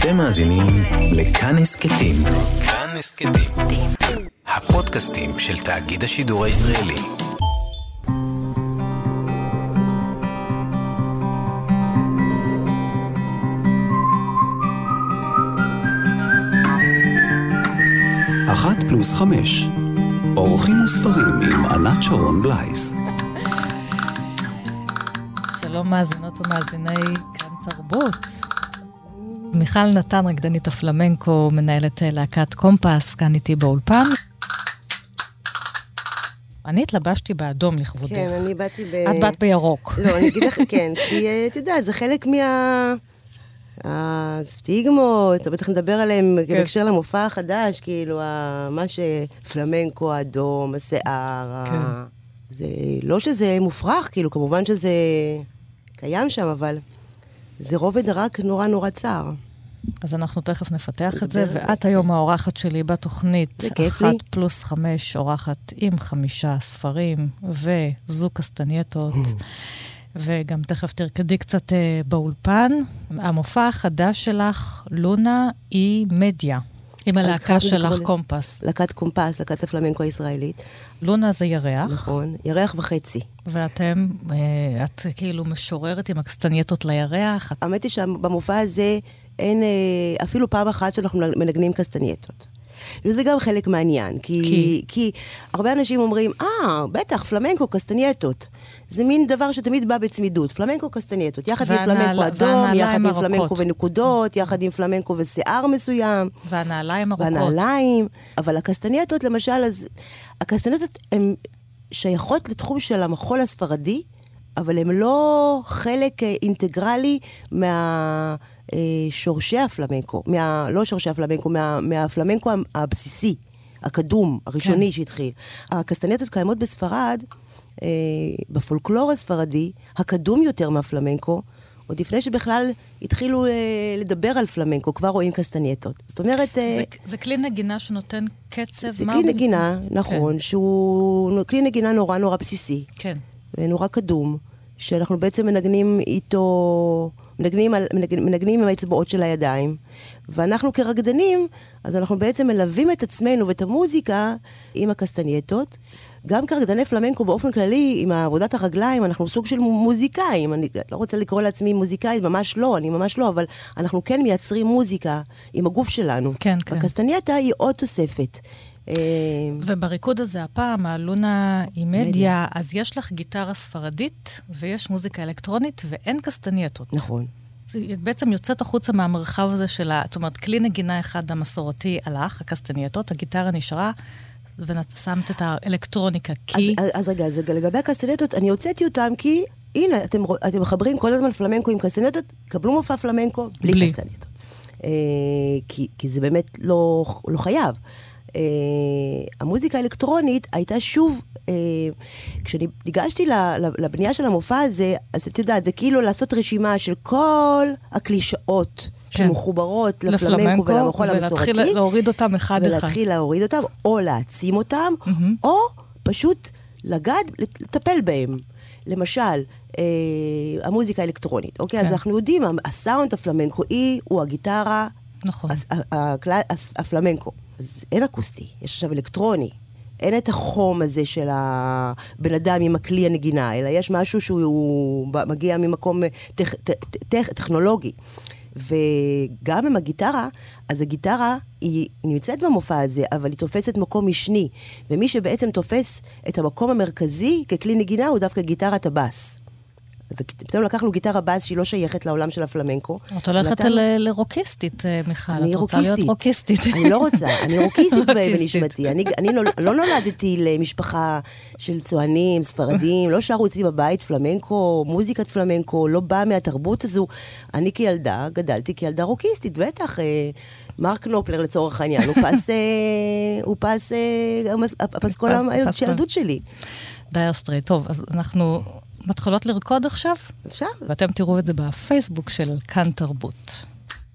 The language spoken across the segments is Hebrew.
אתם מאזינים לכאן הסכתים. כאן הסכתים. הפודקאסטים של תאגיד השידור הישראלי. אחת פלוס 5. אורחים וספרים עם ענת שרון בלייס. שלום מאזינות ומאזיני כאן תרבות. מיכל נתן, רקדנית הפלמנקו, מנהלת להקת קומפס, כאן איתי באולפן. אני התלבשתי באדום לכבודך. כן, אני באתי את באת בירוק. לא, אני אגיד לך כן, כי את יודעת, זה חלק הסטיגמות, אתה בטח נדבר עליהם בהקשר למופע החדש, כאילו, מה שפלמנקו, האדום, השיער, זה לא שזה מופרך, כאילו, כמובן שזה קיים שם, אבל זה רובד רק נורא נורא צער. אז אנחנו תכף נפתח את זה, ואת היום האורחת שלי בתוכנית 1 פלוס 5, אורחת עם 5 ספרים, וזוג קסטנייטות, וגם תכף תרקדי קצת באולפן. המופע החדש שלך, לונה, היא מדיה. עם הלהקה שלך קומפס. להקת קומפס, להקת הפלמנקו הישראלית. לונה זה ירח. נכון, ירח וחצי. ואתם, את כאילו משוררת עם הקסטנייטות לירח. האמת היא שבמופע הזה אין אפילו פעם אחת שאנחנו מנגנים קסטנייטות. וזה גם חלק מהעניין, כי הרבה אנשים אומרים, בטח, פלמנקו, קסטנייטות. זה מין דבר שתמיד בא בצמידות. פלמנקו, קסטנייטות. יחד עם פלמנקו אדום, יחד עם פלמנקו ונקודות, יחד עם פלמנקו ושיער מסוים. והנעליים ארוכות. והנעליים. אבל הקסטנייטות, למשל, הקסטנייטות הן שייכות לתחום של המחול הספרדי, אבל הן לא חלק אינטגרלי שורשי הפלמנקו, לא שורשי הפלמנקו, מהפלמנקו הבסיסי, הקדום, הראשוני שהתחיל. הקסטנייטות קיימות בספרד, בפולקלור הספרדי, הקדום יותר מהפלמנקו, עוד לפני שבכלל התחילו לדבר על פלמנקו, כבר רואים קסטנייטות. זאת אומרת... זה כלי נגינה שנותן קצב... זה כלי נגינה, נכון, שהוא כלי נגינה נורא נורא בסיסי. כן. ונורא קדום, שאנחנו בעצם מנגנים איתו... מנגנים עם האצבעות של הידיים, ואנחנו כרקדנים, אז אנחנו בעצם מלווים את עצמנו ואת המוזיקה עם הקסטנייטות. גם כרקדני פלמנקו באופן כללי, עם עבודת הרגליים, אנחנו סוג של מוזיקאים. אני לא רוצה לקרוא לעצמי מוזיקאית, ממש לא, אני ממש לא, אבל אנחנו כן מייצרים מוזיקה עם הגוף שלנו. כן, כן. הקסטנייטה היא עוד תוספת. ובריקוד הזה הפעם, הלונה היא מדיה, אז יש לך גיטרה ספרדית, ויש מוזיקה אלקטרונית, ואין קסטנייטות. נכון. זה בעצם יוצאת החוצה מהמרחב הזה של זאת אומרת, כלי נגינה אחד המסורתי הלך, הקסטנייטות, הגיטרה נשארה, ושמת את האלקטרוניקה, כי... אז רגע, לגבי הקסטנייטות, אני הוצאתי אותם כי, הנה, אתם מחברים כל הזמן פלמנקו עם קסטנייטות, קבלו מופע פלמנקו בלי קסטנייטות. כי זה באמת לא חייב. המוזיקה האלקטרונית הייתה שוב, כשאני ניגשתי לבנייה של המופע הזה, אז את יודעת, זה כאילו לעשות רשימה של כל הקלישאות שמחוברות לפלמנקו ולמחול המסורתי. ולהתחיל להוריד אותם אחד אחד. ולהתחיל להוריד אותם, או להעצים אותם, או פשוט לטפל בהם. למשל, המוזיקה האלקטרונית. אוקיי, אז אנחנו יודעים, הסאונד הפלמנקואי הוא הגיטרה, נכון. הפלמנקו. אז אין אקוסטי, יש עכשיו אלקטרוני. אין את החום הזה של הבן אדם עם הכלי הנגינה, אלא יש משהו שהוא מגיע ממקום טכנולוגי. וגם עם הגיטרה, אז הגיטרה היא נמצאת במופע הזה, אבל היא תופסת מקום משני. ומי שבעצם תופס את המקום המרכזי ככלי נגינה, הוא דווקא גיטרת הבאס. אז פתאום לקחנו גיטרה באז שהיא לא שייכת לעולם של הפלמנקו. את הולכת לרוקיסטית, מיכל. את רוצה להיות רוקיסטית. אני לא רוצה, אני רוקיסטית בנשמתי. אני לא נולדתי למשפחה של צוענים, ספרדים, לא שרו אצלי בבית פלמנקו, מוזיקת פלמנקו, לא באה מהתרבות הזו. אני כילדה, גדלתי כילדה רוקיסטית, בטח. מרק נופלר לצורך העניין, הוא פס הפסקול של הילדות שלי. דייר סטרייט. טוב, אז אנחנו... מתחילות לרקוד עכשיו? אפשר. ואתם תראו את זה בפייסבוק של כאן תרבות.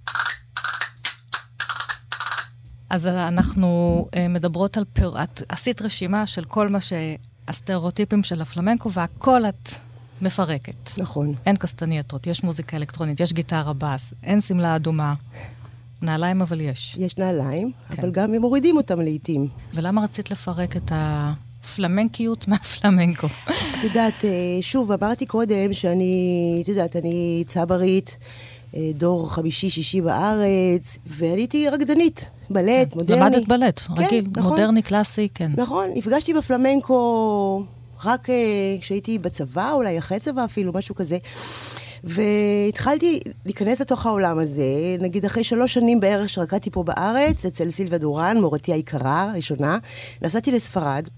אז אנחנו מדברות על את עשית רשימה של כל מה שהסטריאוטיפים של הפלמנקו, והכל את מפרקת. נכון. אין קסטנייטות, יש מוזיקה אלקטרונית, יש גיטרה בס, אין סמלה אדומה. נעליים אבל יש. יש נעליים, אבל גם הם מורידים אותם לעתים. ולמה רצית לפרק את הפלמנקיות מהפלמנקו? את יודעת, שוב, אמרתי קודם שאני, את יודעת, אני צברית, דור 5-6 בארץ, ואני הייתי רקדנית, בלט, מודרני. למדת בלט, רגיל, מודרני, קלאסי, כן. נכון, נפגשתי בפלמנקו רק כשהייתי בצבא, אולי אחרי צבא אפילו, משהו כזה. והתחלתי להיכנס לתוך העולם הזה, נגיד אחרי 3 שנים בערך שרקדתי פה בארץ, אצל סילבה דורן, מורתי היקרה, ראשונה, נסעתי לספרד,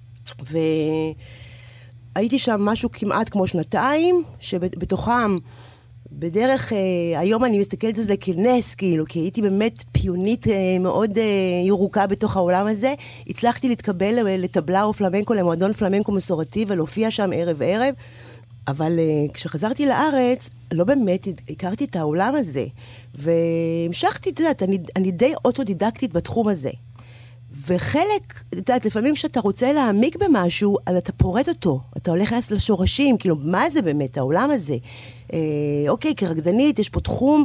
והייתי שם משהו כמעט כמו 2, שבתוכם, בדרך, היום אני מסתכלת על זה כנס, כאילו, כי הייתי באמת פיונית מאוד ירוקה בתוך העולם הזה, הצלחתי להתקבל לטבלה או פלמנקו, למועדון פלמנקו מסורתי, ולהופיע שם ערב, אבל כשחזרתי לארץ, לא באמת הכרתי את העולם הזה, והמשכתי, את יודעת, אני די אוטודידקטית בתחום הזה. וחלק, את יודעת, לפעמים כשאתה רוצה להעמיק במשהו, אז אתה פורט אותו, אתה הולך לשורשים, כאילו, מה זה באמת העולם הזה? אוקיי, כרקדנית, יש פה תחום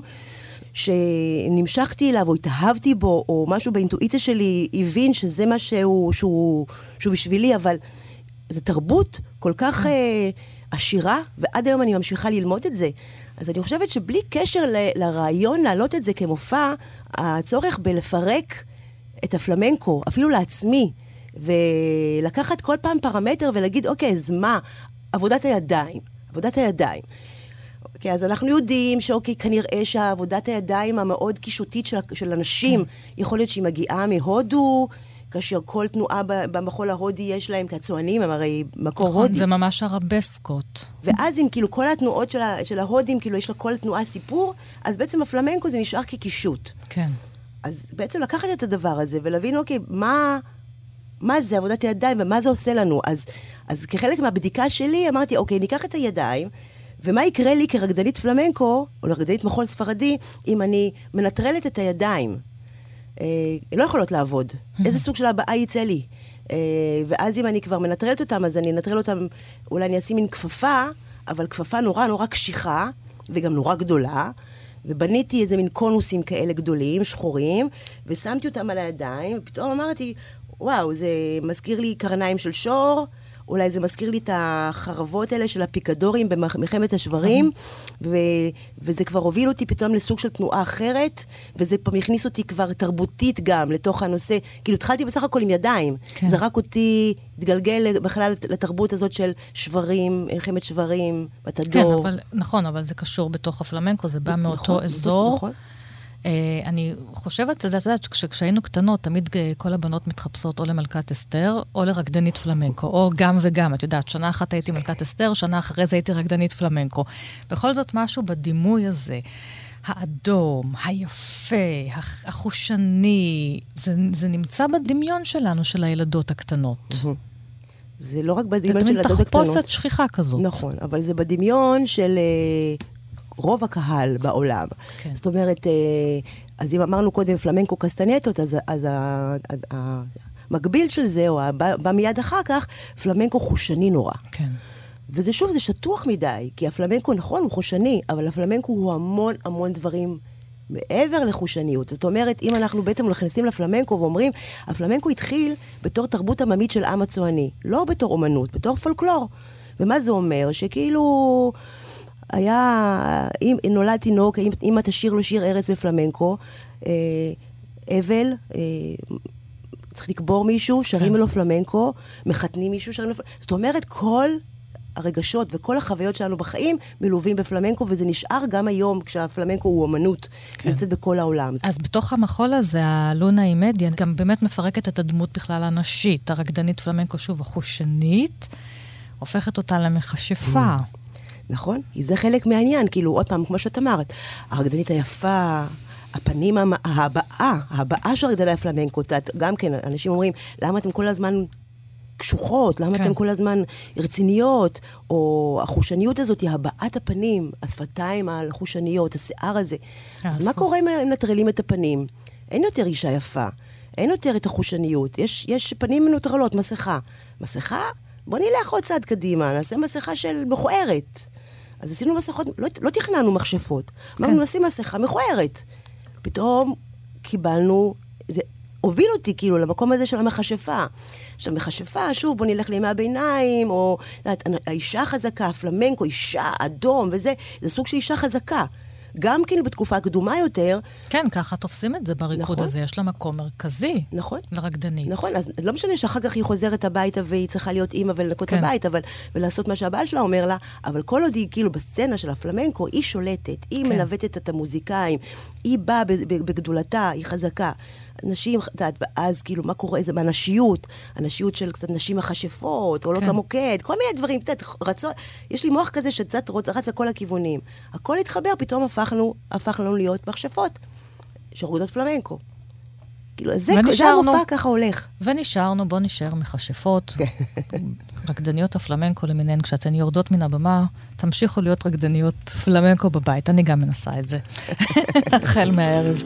שנמשכתי אליו, או התאהבתי בו, או משהו באינטואיציה שלי, הבין שזה מה שהוא בשבילי, אבל זו תרבות כל כך עשירה, ועד היום אני ממשיכה ללמוד את זה. אז אני חושבת שבלי קשר לרעיון להעלות את זה כמופע, הצורך בלפרק את הפלמנקו, אפילו לעצמי, ולקחת כל פעם פרמטר ולהגיד, אוקיי, אז מה? עבודת הידיים. אוקיי, אז אנחנו יודעים שאוקיי, כנראה שהעבודת הידיים המאוד קישוטית של אנשים, יכול להיות שהיא מגיעה מהודו, כאשר כל תנועה במחול ההודי יש להם, כצוענים, הם הרי מקור הודי. זה ממש הרבסקות. ואז אם כאילו כל התנועות של ההודים, כאילו יש לה כל תנועה סיפור, אז בעצם הפלמנקו זה נשאר כקישוט. כן. אז בעצם לקחת את הדבר הזה ולהבין, אוקיי, מה זה עבודת הידיים ומה זה עושה לנו? אז כחלק מהבדיקה שלי אמרתי, אוקיי, ניקח את הידיים, ומה יקרה לי כרקדנית פלמנקו, או רקדנית מחול ספרדי, אם אני מנטרלת את הידיים? לא יכולות לעבוד. איזה סוג של הבעה יצא לי? ואז אם אני כבר מנטרלת אותם, אז אני אנטרל אותם, אולי אני אשים מין כפפה, אבל כפפה נורא נורא קשיחה, וגם נורא גדולה, ובניתי איזה מין קונוסים כאלה גדולים, שחורים, ושמתי אותם על הידיים, ופתאום אמרתי, וואו, זה מזכיר לי קרניים של שור, אולי זה מזכיר לי את החרבות האלה של הפיקדורים במלחמת השברים, וזה כבר הוביל אותי פתאום לסוג של תנועה אחרת, וזה פעם הכניס אותי כבר תרבותית גם לתוך הנושא, כאילו התחלתי בסך הכל עם ידיים, כן. זרק אותי, התגלגל בכלל לתרבות הזאת של שברים, מלחמת שברים, בתדור. כן, אבל, נכון, אבל זה קשור בתוך הפלמנקו, זה בא מאותו אזור. נכון. אני חושבת על זה, את יודעת, כשהיינו קטנות, תמיד כל הבנות מתחפשות או למלכת אסתר, או לרקדנית פלמנקו, או גם וגם. את יודעת, שנה אחת הייתי מלכת אסתר, שנה אחרי זה הייתי רקדנית פלמנקו. בכל זאת משהו בדימוי הזה, האדום, היפה, החושני, זה נמצא בדמיון שלנו, של הילדות הקטנות. זה לא רק בדמיון של הילדות הקטנות. זה תמיד תחפושת שכיחה כזאת. נכון, אבל זה בדמיון של רוב הקהל בעולם. כן. זאת אומרת, אז אם אמרנו קודם פלמנקו קסטנטות, אז המקביל של זה, או בא מיד אחר כך, פלמנקו חושני נורא. כן. וזה שוב, זה שטוח מדי, כי הפלמנקו, נכון, הוא חושני, אבל הפלמנקו הוא המון המון דברים מעבר לחושניות. זאת אומרת, אם אנחנו בעצם נכנסים לפלמנקו ואומרים, הפלמנקו התחיל בתור תרבות עממית של עם הצועני, לא בתור אומנות, בתור פולקלור. ומה זה אומר? שכאילו היה, אם נולד תינוק, אם אתה שיר לו שיר ארץ בפלמנקו, אבל, צריך לקבור מישהו, שרים לו פלמנקו, מחתנים מישהו, שרים לו פלמנקו. זאת אומרת, כל הרגשות וכל החוויות שלנו בחיים מלווים בפלמנקו, וזה נשאר גם היום כשהפלמנקו הוא אומנות, נמצאת בכל העולם. אז בתוך המחול הזה, הלונה אימדיה, גם באמת מפרקת את הדמות בכלל הנשית, הרקדנית פלמנקו, שוב, החושנית, הופכת אותה למכשפה. נכון? זה חלק מהעניין, כאילו, עוד פעם, כמו שאת אמרת, הרקדנית היפה, הפנים, ההבעה של הרקדני הפלמנקו, גם כן, אנשים אומרים, למה אתם כל הזמן קשוחות, למה אתם כל הזמן רציניות, או החושניות הזאת היא הבעת הפנים, השפתיים החושניות, השיער הזה. אז מה קורה אם נטרלים את הפנים? אין יותר אישה יפה, אין יותר את החושניות, יש פנים מנוטרלות, מסכה, בוא נלך עוד צעד קדימה, נעשה מסכה של מכוערת. אז עשינו מסכות, לא תכננו מכשפות, אמרנו נשים מסכה מכוערת. פתאום קיבלנו, זה הוביל אותי כאילו למקום הזה של המכשפה. עכשיו, מכשפה, שוב, בוא נלך לימי הביניים, או האישה חזקה, פלמנקו, אישה, אדום, וזה, זה סוג של אישה חזקה. גם כן בתקופה קדומה יותר. כן, ככה תופסים את זה בריקוד הזה. יש לה מקום מרכזי. נכון. לרקדנית. נכון, אז לא משנה שאחר כך היא חוזרת הביתה והיא צריכה להיות אימא ולנקות הבית, ולעשות מה שהבעל שלה אומר לה, אבל כל עוד היא כאילו בסצנה של הפלמנקו, היא שולטת, היא מנווטת את המוזיקאים, היא באה בגדולתה, היא חזקה. נשים, ואז כאילו מה קורה, איזה מהנשיות, הנשיות של קצת נשים מכשפות, עולות למוקד, כל מיני דברים, יש לי מוח כזה שקצת רץ כל הכיוונים. הכל התחבר, פתאום הפך לנו להיות מכשפות, שרקודות פלמנקו. כאילו, זה המופע ככה הולך. ונשארנו, בוא נשאר מכשפות, רקדניות הפלמנקו למיניהן, כשאתן יורדות מן הבמה, תמשיכו להיות רקדניות פלמנקו בבית. אני גם מנסה את זה. החל מהערב.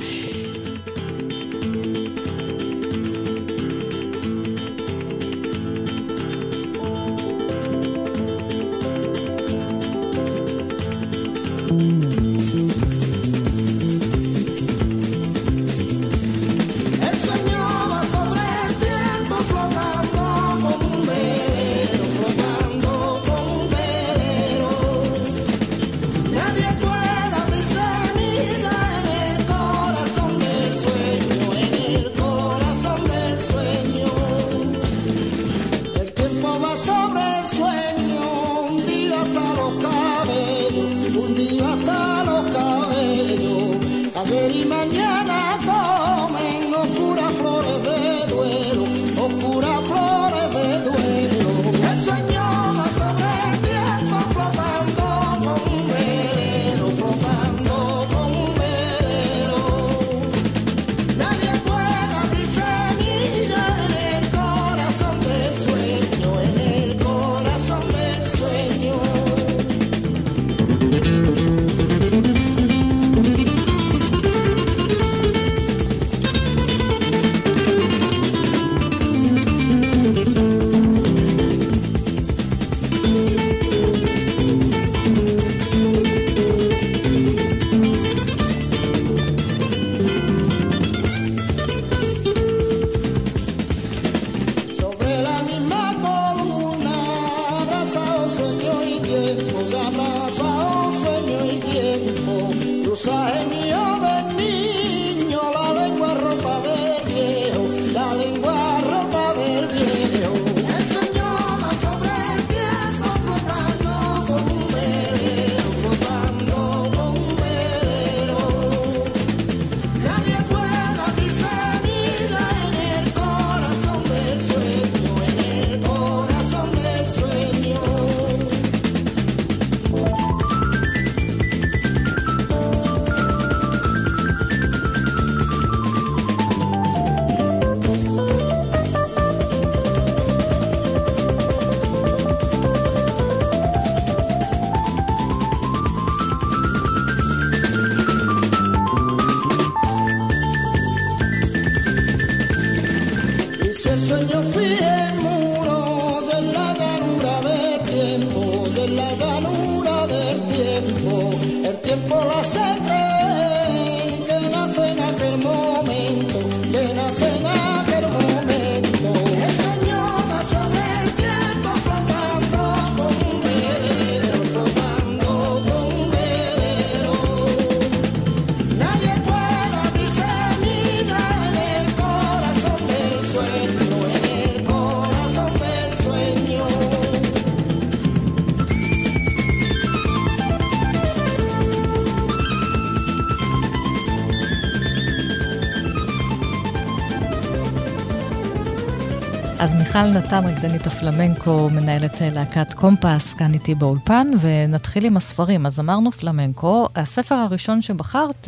אז מיכל נתם, רקדנית הפלמנקו, מנהלת להקת קומפס, כאן איתי באולפן, ונתחיל עם הספרים. אז אמרנו פלמנקו, הספר הראשון שבחרת,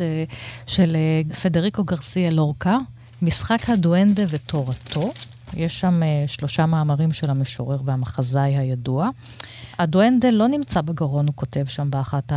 של פדריקו גרסיה לורקה, משחק הדואנדה ותורתו. יש שם 3 מאמרים של המשורר והמחזאי הידוע. הדואנדה לא נמצא בגרון, הוא כותב שם באחת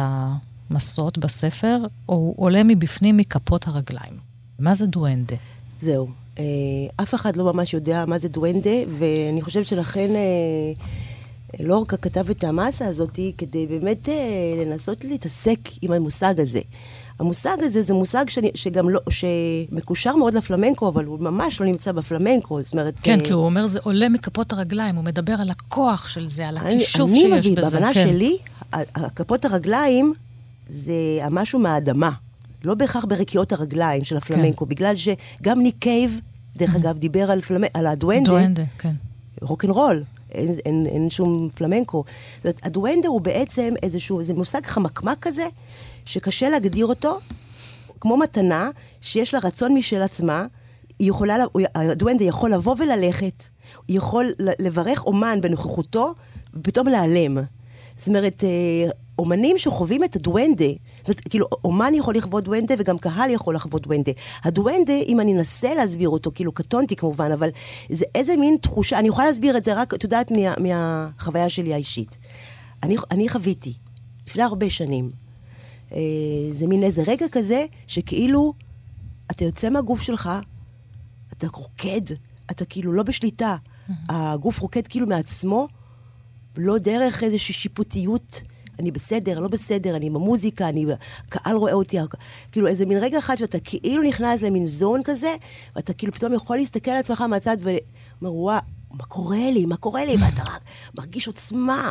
המסות בספר, הוא עולה מבפנים מכפות הרגליים. מה זה דואנדה? זהו. אף אחד לא ממש יודע מה זה דואנדה, ואני חושבת שלכן לורקה כתב את המסה הזאת כדי באמת לנסות להתעסק עם המושג הזה. המושג הזה זה מושג שגם לא, שמקושר מאוד לפלמנקו, אבל הוא ממש לא נמצא בפלמנקו, זאת אומרת... כן, כי הוא אומר, זה עולה מכפות הרגליים, הוא מדבר על הכוח של זה, על הכישוף שיש בזה. בהבנה שלי, כפות הרגליים זה משהו מהאדמה, לא בהכרח ברקיעות הרגליים של הפלמנקו, בגלל שגם ניק קייב, דרך אגב, דיבר על הדואנדה. דואנדה, כן. רוק'נ'רול. אין שום פלמנקו. הדואנדה הוא בעצם זה מושג חמקמק כזה, שקשה להגדיר אותו, כמו מתנה, שיש לה רצון משל עצמה, הדואנדה יכול לבוא וללכת, הוא יכול לברך אומן בנוכחותו, ופתאום להיעלם. זאת אומרת, אומנים שחווים את הדואנדה, זאת אומרת, כאילו, אומן יכול לחוות דואנדה, וגם קהל יכול לחוות דואנדה. הדואנדה, אם אני אנסה להסביר אותו, כאילו, קטונתי כמובן, אבל זה איזה מין תחושה, אני יכולה להסביר את זה רק, את יודעת, מהחוויה שלי האישית. אני חוויתי, לפני הרבה שנים, זה מין איזה רגע כזה, שכאילו, אתה יוצא מהגוף שלך, אתה רוקד, אתה כאילו לא בשליטה, הגוף רוקד כאילו מעצמו, לא דרך איזושהי שיפוטיות, אני בסדר, לא בסדר, אני עם המוזיקה, קהל רואה אותי, כאילו איזה מין רגע אחד שאתה כאילו נכנס למין זון כזה, ואתה כאילו פתאום יכול להסתכל על עצמך מהצד ואומר, וואו, מה קורה לי? ואתה מרגיש עוצמה.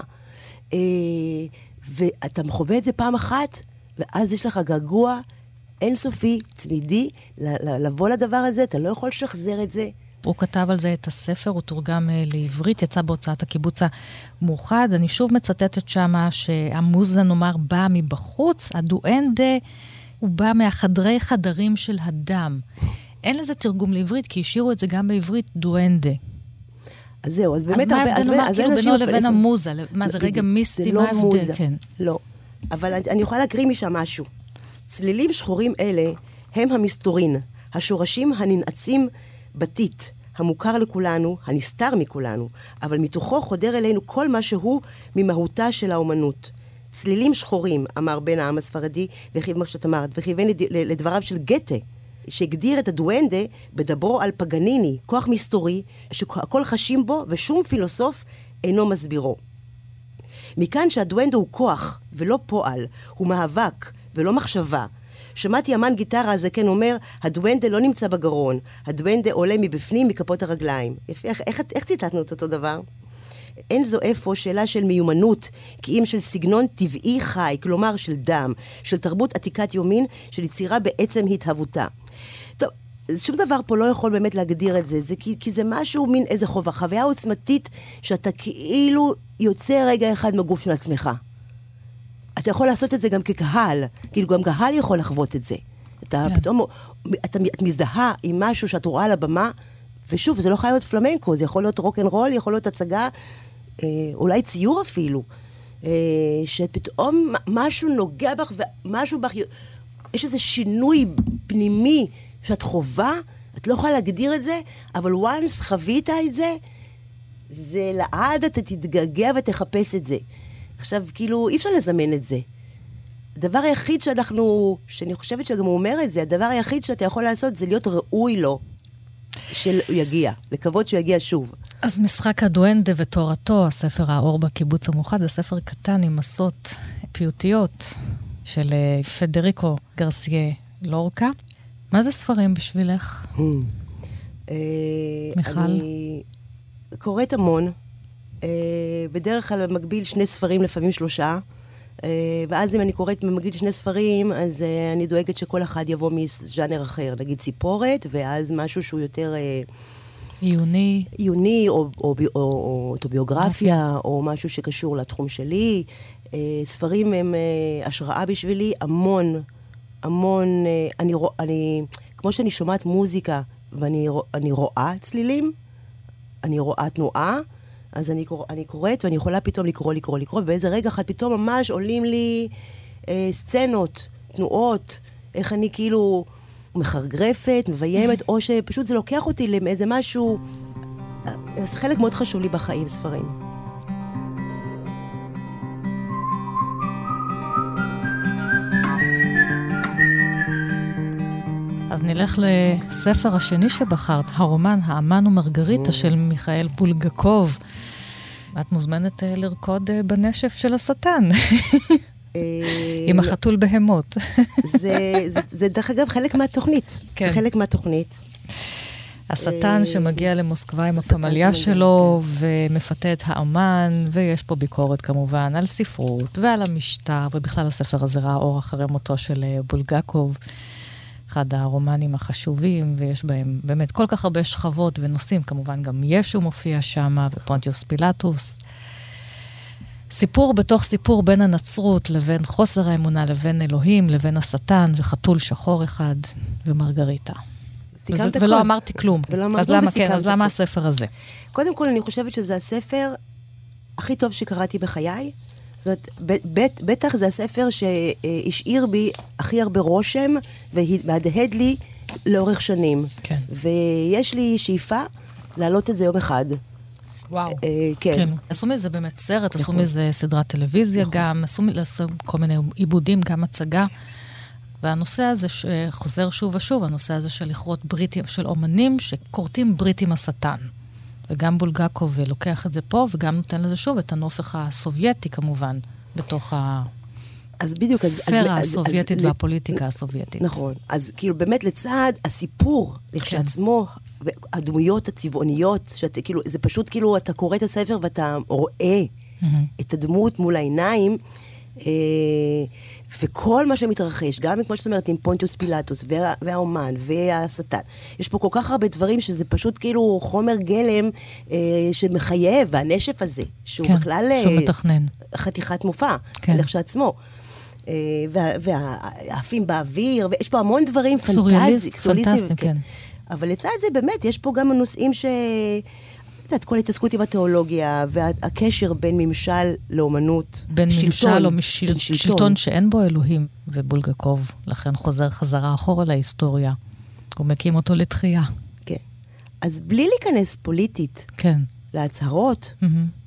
ואתה חווה את זה פעם אחת, ואז יש לך געגוע אינסופי, צמידי, לבוא לדבר הזה, אתה לא יכול לשחזר את זה. הוא כתב על זה את הספר, הוא תורגם לעברית, יצא בהוצאת הקיבוץ המאוחד. אני שוב מצטטת שמה שהמוזה, נאמר, בא מבחוץ, הדואנדה, הוא בא מהחדרי חדרים של הדם. אין לזה תרגום לעברית, כי השאירו את זה גם בעברית, דואנדה. אז זהו, אז באמת... אז מה ההבדל נאמר, כאילו בינו לבין המוזה? מה זה רגע מיסטי, מה ההבדל? כן. לא, אבל אני יכולה להקריא משם משהו. צלילים שחורים אלה הם המסתורין, השורשים הננעצים בתית, המוכר לכולנו, הנסתר מכולנו, אבל מתוכו חודר אלינו כל מה שהוא ממהותה של האומנות. צלילים שחורים, אמר בן העם הספרדי, וכיוון שאת אמרת, וכיוון לדבריו של גתה, שהגדיר את הדואנדה בדברו על פגניני, כוח מסתורי, שהכל חשים בו ושום פילוסוף אינו מסבירו. מכאן שהדואנדה הוא כוח ולא פועל, הוא מאבק ולא מחשבה. שמעתי אמן גיטרה הזה כן אומר, הדואנדה לא נמצא בגרון, הדואנדה עולה מבפנים מכפות הרגליים. איך ציטטנו את אותו דבר? אין זו איפה שאלה של מיומנות, כי אם של סגנון טבעי חי, כלומר של דם, של תרבות עתיקת יומין, של יצירה בעצם התהוותה. טוב, שום דבר פה לא יכול באמת להגדיר את זה, כי זה משהו מין איזה חוויה עוצמתית, שאתה כאילו יוצא רגע אחד מהגוף של עצמך. אתה יכול לעשות את זה גם כקהל, כאילו גם קהל יכול לחוות את זה. אתה פתאום, את מזדהה עם משהו שאת רואה על הבמה, ושוב, זה לא חייב להיות פלמנקו, זה יכול להיות רוק'נ'רול, יכול להיות הצגה, אולי ציור אפילו, שפתאום משהו נוגע בך, ומשהו בך, יש איזה שינוי פנימי שאת חובה, את לא יכולה להגדיר את זה, אבל once חווית את זה, זה לעד אתה תתגעגע ותחפש את זה. עכשיו, כאילו, אי אפשר לזמן את זה. הדבר היחיד שאני חושבת שגם הוא אומר את זה, הדבר היחיד שאתה יכול לעשות זה להיות ראוי לו, שהוא יגיע, לקוות שהוא יגיע שוב. אז משחק הדואנדה ותורתו, הספר האור בקיבוץ המאוחד, זה ספר קטן עם מסות פיוטיות של פדריקו גרסיה לורקה. מה זה ספרים בשבילך? מיכל? אני קוראת המון. בדרך כלל במקביל 2 ספרים, לפעמים 3. ואז אם אני קוראת במקביל 2 ספרים, אז אני דואגת שכל אחד יבוא מז'אנר אחר, נגיד ציפורת, ואז משהו שהוא יותר עיוני, או אוטוביוגרפיה, או משהו שקשור לתחום שלי. ספרים הם השראה בשבילי, המון, כמו שאני שומעת מוזיקה, ואני רואה צלילים, אני רואה תנועה, אז אני קוראת, ואני יכולה פתאום לקרוא, ובאיזה רגע אחד פתאום ממש עולים לי סצנות, תנועות, איך אני כאילו מחרגרפת, מביימת, או שפשוט זה לוקח אותי לאיזה משהו, זה חלק מאוד חשוב לי בחיים, ספרים. אז נלך לספר השני שבחרת, הרומן האמן ומרגריטה של מיכאל בולגקוב, את מוזמנת לרקוד בנשף של השטן. עם החתול בהמות. זה דרך אגב חלק מהתוכנית. זה חלק מהתוכנית. השטן שמגיע למוסקבה עם הפמליה שלו, ומפתה את האמן, ויש פה ביקורת כמובן על ספרות ועל המשטר, ובכלל הספר הזה ראה אור אחרי מותו של בולגקוב, אחד הרומנים החשובים, ויש בהם באמת כל כך הרבה שכבות ונושאים, כמובן גם ישו מופיע שם, ופונטיוס פילטוס. סיפור בתוך סיפור בין הנצרות לבין חוסר האמונה, לבין אלוהים, לבין השטן, וחתול שחור אחד, ומרגריטה. ולא אמרתי כלום. אז למה הספר הזה? קודם כל, אני חושבת שזה הספר הכי טוב שקראתי בחיי. זאת אומרת, בטח זה הספר שהשאיר בי הכי הרבה רושם, והדהד לי לאורך שנים. כן. ויש לי שאיפה להעלות את זה יום אחד. וואו. כן. עשו מזה באמת סרט, עשו מזה סדרת טלוויזיה גם, עשו כל מיני עיבודים, גם הצגה. והנושא הזה שחוזר שוב ושוב, הנושא הזה של לכרות בריטים, של אומנים שקורטים ברית עם השטן. וגם בולגקוב לוקח את זה פה, וגם נותן לזה שוב את הנופך הסובייטי כמובן, בתוך הספירה הסובייטית והפוליטיקה הסובייטית. נכון. אז כאילו באמת לצד הסיפור, לכשעצמו, והדמויות הצבעוניות, כאילו, זה פשוט כאילו, אתה קורא את הספר ואתה רואה את הדמות מול העיניים, וכל מה שמתרחש, גם כמו שאת אומרת, עם פונטיוס פילטוס, והאומן, והשטן. יש פה כל כך הרבה דברים שזה פשוט כאילו חומר גלם שמחייב, והנשף הזה, שהוא בכלל... שהוא מתכנן. חתיכת מופע, לכשעצמו. והעפים באוויר, ויש פה המון דברים פנטסטיים, כן. אבל לצד זה באמת, יש פה גם הנושאים ש... את כל התעסקות עם התיאולוגיה, והקשר בין ממשל לאומנות. בין ממשל או שלטון שאין בו אלוהים, ובולגקוב, לכן חוזר חזרה אחורה להיסטוריה. הוא מקים אותו לתחייה. כן. אז בלי להיכנס פוליטית, כן. להצהרות,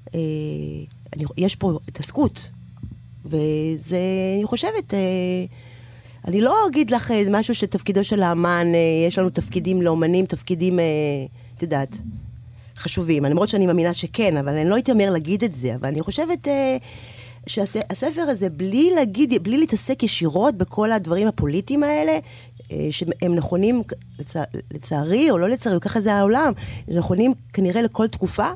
יש פה התעסקות. וזה, אני חושבת, אני לא אגיד לך משהו שתפקידו של האמן, יש לנו תפקידים לאומנים, תפקידים, את יודעת, חשובים. למרות שאני מאמינה שכן, אבל אני לא הייתי אומר להגיד את זה. אבל אני חושבת שהספר הזה, בלי להתעסק ישירות בכל הדברים הפוליטיים האלה, שהם נכונים, לצערי או לא לצערי, ככה זה העולם, נכונים כנראה לכל תקופה.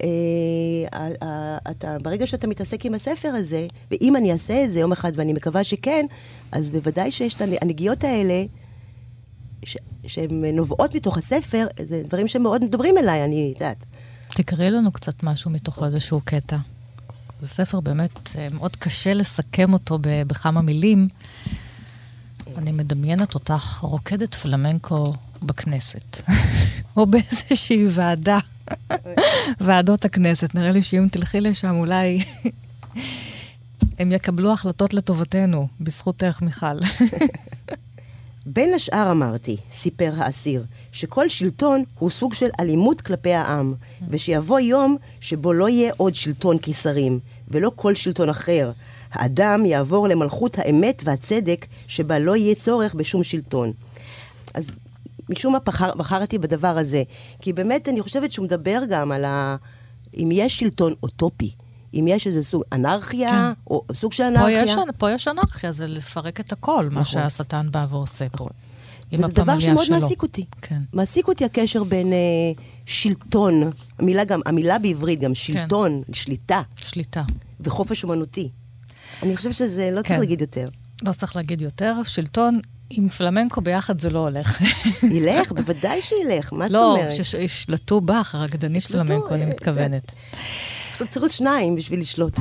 ברגע שאתה מתעסק עם הספר הזה, ואם אני אעשה את זה יום אחד, ואני מקווה שכן, אז בוודאי שיש את הנגיעות האלה, שהן נובעות מתוך הספר, זה דברים שמאוד מדברים אליי, אני יודעת. תקראי לנו קצת משהו מתוך איזשהו קטע. זה ספר באמת מאוד קשה לסכם אותו בכמה מילים. אני מדמיינת אותך רוקדת פלמנקו בכנסת, או באיזושהי ועדה, ועדות הכנסת. נראה לי שאם תלכי לשם אולי הם יקבלו החלטות לטובתנו, בזכותך מיכל. בין השאר אמרתי, סיפר האסיר, שכל שלטון הוא סוג של אלימות כלפי העם, ושיבוא יום שבו לא יהיה עוד שלטון קיסרים, ולא כל שלטון אחר. האדם יעבור למלכות האמת והצדק, שבה לא יהיה צורך בשום שלטון. אז משום מה בחרתי בדבר הזה, כי באמת אני חושבת שהוא מדבר גם על אם יש שלטון אוטופי, אם יש איזה סוג אנרכיה, כן. או סוג של אנרכיה. פה יש אנרכיה, זה לפרק את הכל, נכון. מה שהשטן בא ועושה פה. וזה דבר שמאוד שלו. מעסיק אותי. כן. מעסיק אותי הקשר בין שלטון, המילה בעברית גם, שלטון, כן. שליטה. וחופש אומנותי. אני חושבת שזה לא צריך להגיד יותר. לא צריך להגיד יותר, שלטון עם פלמנקו ביחד זה לא הולך. ילך, בוודאי שילך, מה זאת אומרת? לא, שישלטו בך, הרקדנית פלמנקו, אני מתכוונת. צריך שניים בשביל לשלוט.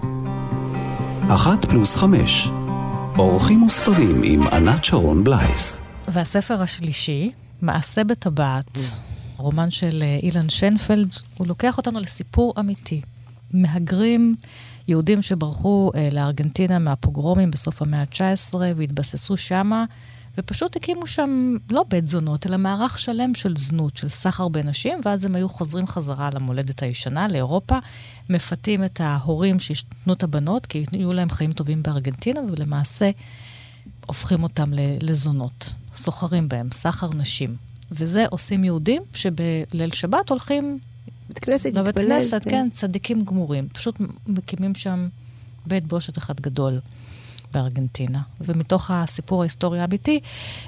1+5 אורחים וספרים עם ענת שרון בלייס. והספר השלישי, מעשה בטבעת, רומן של אילן שנפלד, הוא לוקח אותנו לסיפור אמיתי. מהגרים יהודים שברחו לארגנטינה מהפוגרומים בסוף המאה ה-19 והתבססו שמה, ופשוט הקימו שם לא בית זונות, אלא מערך שלם של זנות, של סחר בנשים, ואז הם היו חוזרים חזרה למולדת הישנה, לאירופה, מפתים את ההורים שישתנו את הבנות, כי יהיו להם חיים טובים בארגנטינה, ולמעשה הופכים אותם לזונות, סוחרים בהם, סחר נשים. וזה עושים יהודים שבליל שבת הולכים בית כנסת, בבית כנסת, כן, צדיקים גמורים. פשוט מקימים שם בית בושת אחד גדול בארגנטינה. ומתוך הסיפור ההיסטורי האמיתי,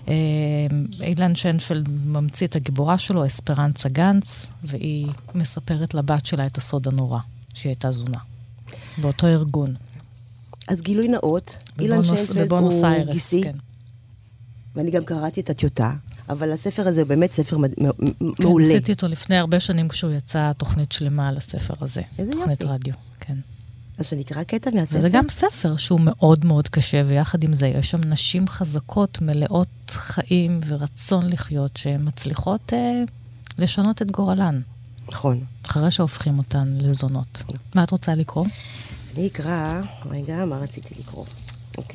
אילן שיינפלד ממציא את הגיבורה שלו, אספרנצה גנץ, והיא מספרת לבת שלה את הסוד הנורא, שהיא הייתה זונה. באותו ארגון. אז גילוי נאות, אילן שיינפלד הוא גיסי. כן. ואני גם קראתי את הטיוטה, אבל הספר הזה באמת ספר מעולה. כן, עשיתי אותו לפני הרבה שנים כשהוא יצא תוכנית שלמה על הספר הזה. איזה תוכנית יופי. רדיו, כן. אז שאני אקרא קטע מהספר. וזה גם ספר שהוא מאוד מאוד קשה, ויחד עם זה יש שם נשים חזקות, מלאות חיים ורצון לחיות, שהן מצליחות לשנות את גורלן. נכון. אחרי שהופכים אותן לזונות. מה את רוצה לקרוא? אני אקרא, רגע, מה רציתי לקרוא? אוקיי.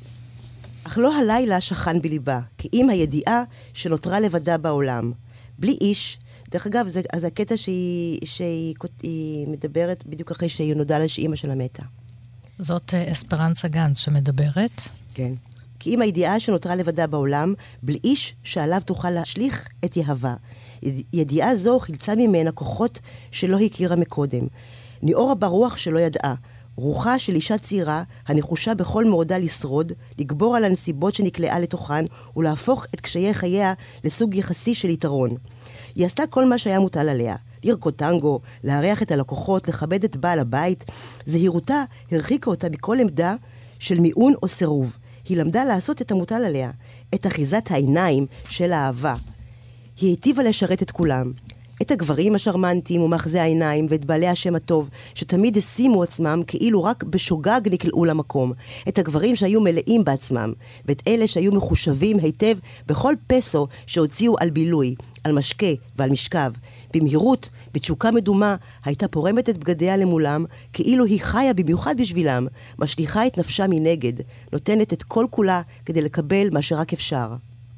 אך לא הלילה שכן בליבה, כי אם הידיעה שנותרה לבדה בעולם. בלי איש, דרך אגב, זה הקטע שהיא מדברת בדיוק אחרי שהיא נודעה לה שאימא שלה מתה. זאת אספרנצה גנץ שמדברת. כן. כי אם הידיעה שנותרה לבדה בעולם, בלי איש שעליו תוכל להשליך את יהבה. ידיעה זו חילצה ממנה כוחות שלא הכירה מקודם. ניאורה ברוח שלא ידעה. רוחה של אישה צעירה, הנחושה בכל מאודה לשרוד, לגבור על הנסיבות שנקלעה לתוכן, ולהפוך את קשיי חייה לסוג יחסי של יתרון. היא עשתה כל מה שהיה מוטל עליה. לרקוד טנגו, להריח את הלקוחות, לכבד את בעל הבית. זהירותה הרחיקה אותה מכל עמדה של מיעון או סירוב. היא למדה לעשות את המוטל עליה, את אחיזת העיניים של האהבה. היא היטיבה לשרת את כולם. את הגברים השרמנטיים ומאחזי העיניים ואת בעלי השם הטוב, שתמיד השימו עצמם כאילו רק בשוגג נקלעו למקום. את הגברים שהיו מלאים בעצמם, ואת אלה שהיו מחושבים היטב בכל פסו שהוציאו על בילוי, על משקה ועל משכב. במהירות, בתשוקה מדומה, הייתה פורמת את בגדיה למולם, כאילו היא חיה במיוחד בשבילם, משליחה את נפשה מנגד, נותנת את כל כולה כדי לקבל מה שרק אפשר.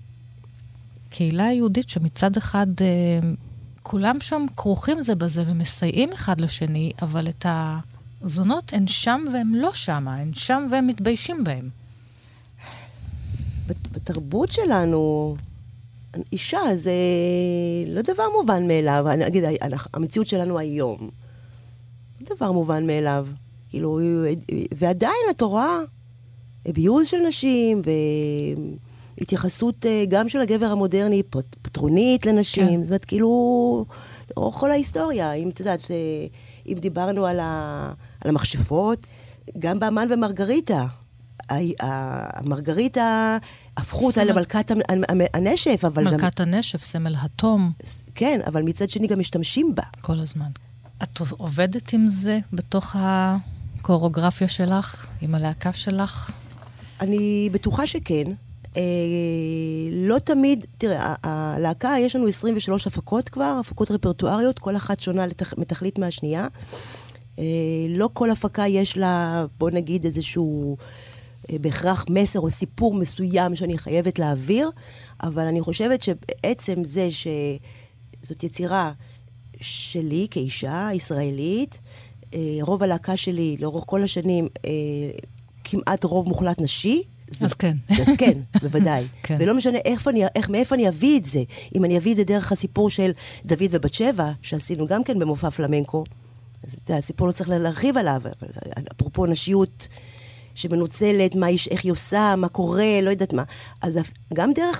קהילה יהודית שמצד אחד כולם שם כרוכים זה בזה ומסייעים אחד לשני, אבל את הזונות הן שם והן לא שם, הן שם והן מתביישים בהם. בתרבות שלנו, אישה זה לא דבר מובן מאליו. אני אגיד, המציאות שלנו היום, לא דבר מובן מאליו. כאילו, ועדיין התורה, ביוז של נשים והתייחסות גם של הגבר המודרני, פטרונית לנשים. כן. זאת אומרת, כאילו, לאורך כל ההיסטוריה, אם, אתה יודעת, אם דיברנו על המכשפות, גם באמן ומרגריטה, המרגריטה הפכו אותה למלכת הנשף, אבל גם... מלכת הנשף, סמל התום. כן, אבל מצד שני גם משתמשים בה. כל הזמן. את עובדת עם זה בתוך הקוריאוגרפיה שלך, עם הלהקה שלך? אני בטוחה שכן. לא תמיד, תראה, הלהקה, יש לנו 23 הפקות כבר, הפקות רפרטואריות, כל אחת שונה מתכלית מהשנייה. לא כל הפקה יש לה, בוא נגיד, איזשהו בהכרח מסר או סיפור מסוים שאני חייבת להעביר, אבל אני חושבת שבעצם זה שזאת יצירה שלי כאישה ישראלית, רוב הלהקה שלי לאורך כל השנים כמעט רוב מוחלט נשי, אז כן. אז כן, בוודאי. כן. ולא משנה מאיפה אני אביא את זה. אם אני אביא את זה דרך הסיפור של דוד ובת שבע, שעשינו גם כן במופע פלמנקו, אז הסיפור לא צריך להרחיב עליו, אבל אפרופו נשיות שמנוצלת, איך היא עושה, מה קורה, לא יודעת מה. אז גם דרך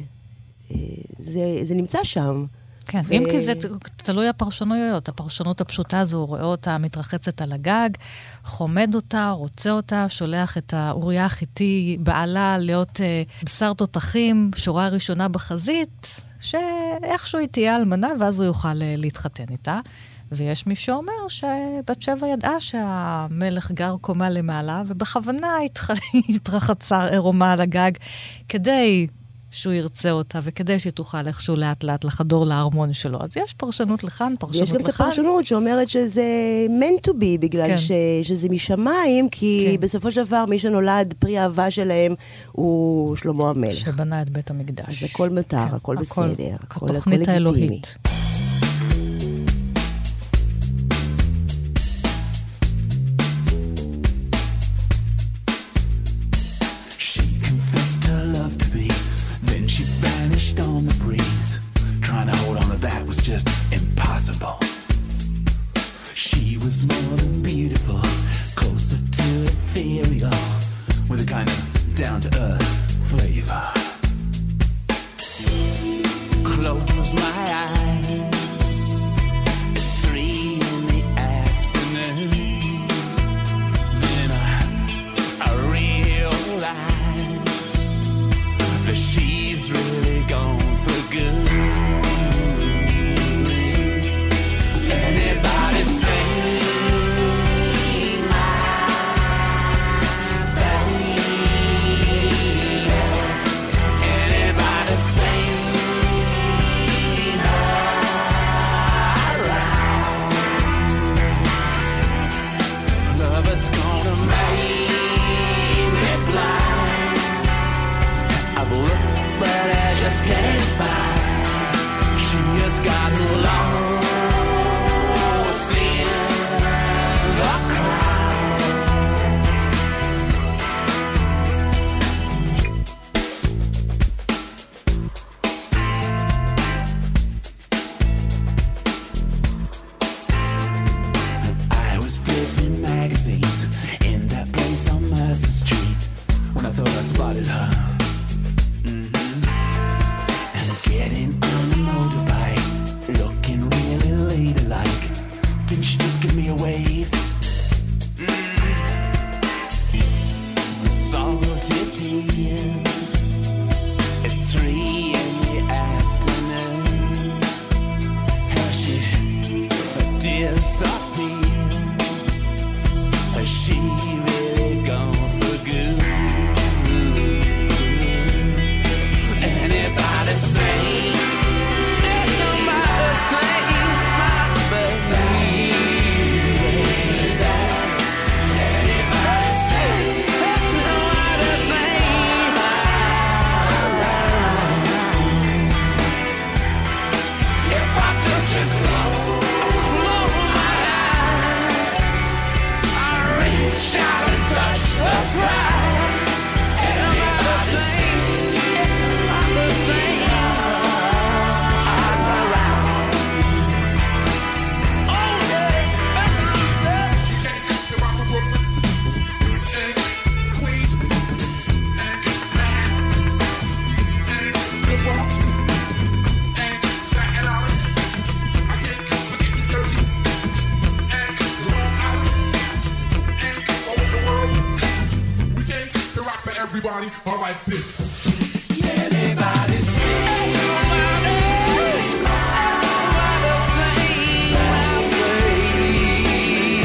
זה נמצא שם. כן, אם כי זה תלוי הפרשנויות. הפרשנות הפשוטה הזו, הוא רואה אותה מתרחצת על הגג, חומד אותה, רוצה אותה, שולח את האוריה החיתי בעלה להיות בשר תותחים, שורה ראשונה בחזית, שאיכשהו היא תהיה אלמנה, ואז הוא יוכל להתחתן איתה. ויש מי שאומר שבת שבע ידעה שהמלך גר קומה למעלה, ובכוונה התרחצה עירומה על הגג, כדי שהוא ירצה אותה, וכדי שהיא תוכל איכשהו לאט לאט לחדור לארמון שלו. אז יש פרשנות לכאן, פרשנות לכאן. יש גם את הפרשנות שאומרת שזה meant to be, בגלל כן. שזה משמיים, כי כן. בסופו של דבר מי שנולד פרי האהבה שלהם הוא שלמה המלך. שבנה את בית המקדש. אז הכל מותר, כן. הכל בסדר. התוכנית האלוהית. On the breeze, trying to hold on to that was just impossible. was more than beautiful, closer to ethereal, with a kind of down-to-earth flavor. Close my eyes, it's 3 in the afternoon. Then I realize that she's really gone for good. Anybody say my baby? Anybody say love's gonna make me blind. I've looked, but I just can't find. She has gotten lost in the crowd. I was flipping magazines in that place on Mercer Street when I thought I spotted her. And getting on a motorbike, looking really ladylike. Didn't she just give me a wave? Salty tears. It's 3 in the afternoon. How she disappeared. Has she really gone for good? Anybody say, anybody say, my baby? Anybody say, anybody say, if I just close my eyes, I reach out and touch the prize. Anybody say, anybody say, I'm around. Oh yeah, that's what I'm saying. Everybody, all right, this. Anybody say, anybody say, my baby?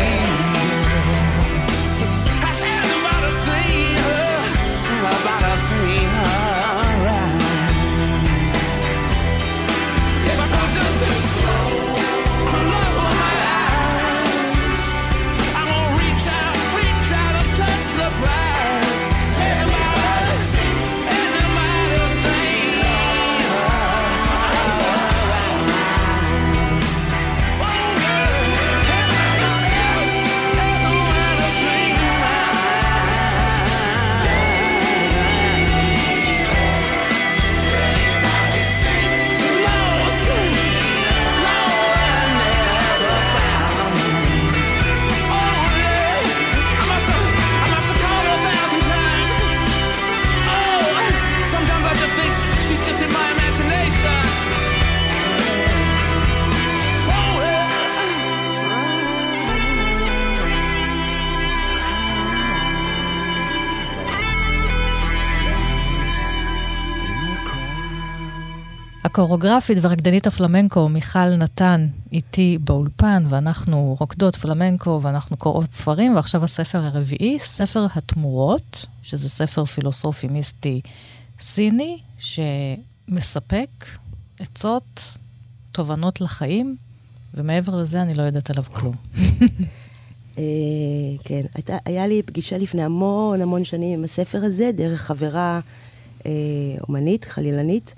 Has anybody seen her? Anybody seen her? If I could just close my eyes, I'm gonna reach out and touch the prize. Anybody say, anybody say, הקוריאוגרפית ורקדנית הפלמנקו מיכל נתן איתי באולפן, ואנחנו רוקדות פלמנקו ואנחנו קוראות ספרים, ועכשיו הספר הרביעי, ספר התמורות, שזה ספר פילוסופי מיסטי סיני, שמספק עצות, תובנות לחיים, ומעבר לזה אני לא יודעת עליו כלום. כן, היה לי פגישה לפני המון שנים עם הספר הזה, דרך חברה אומנית, חלילנית,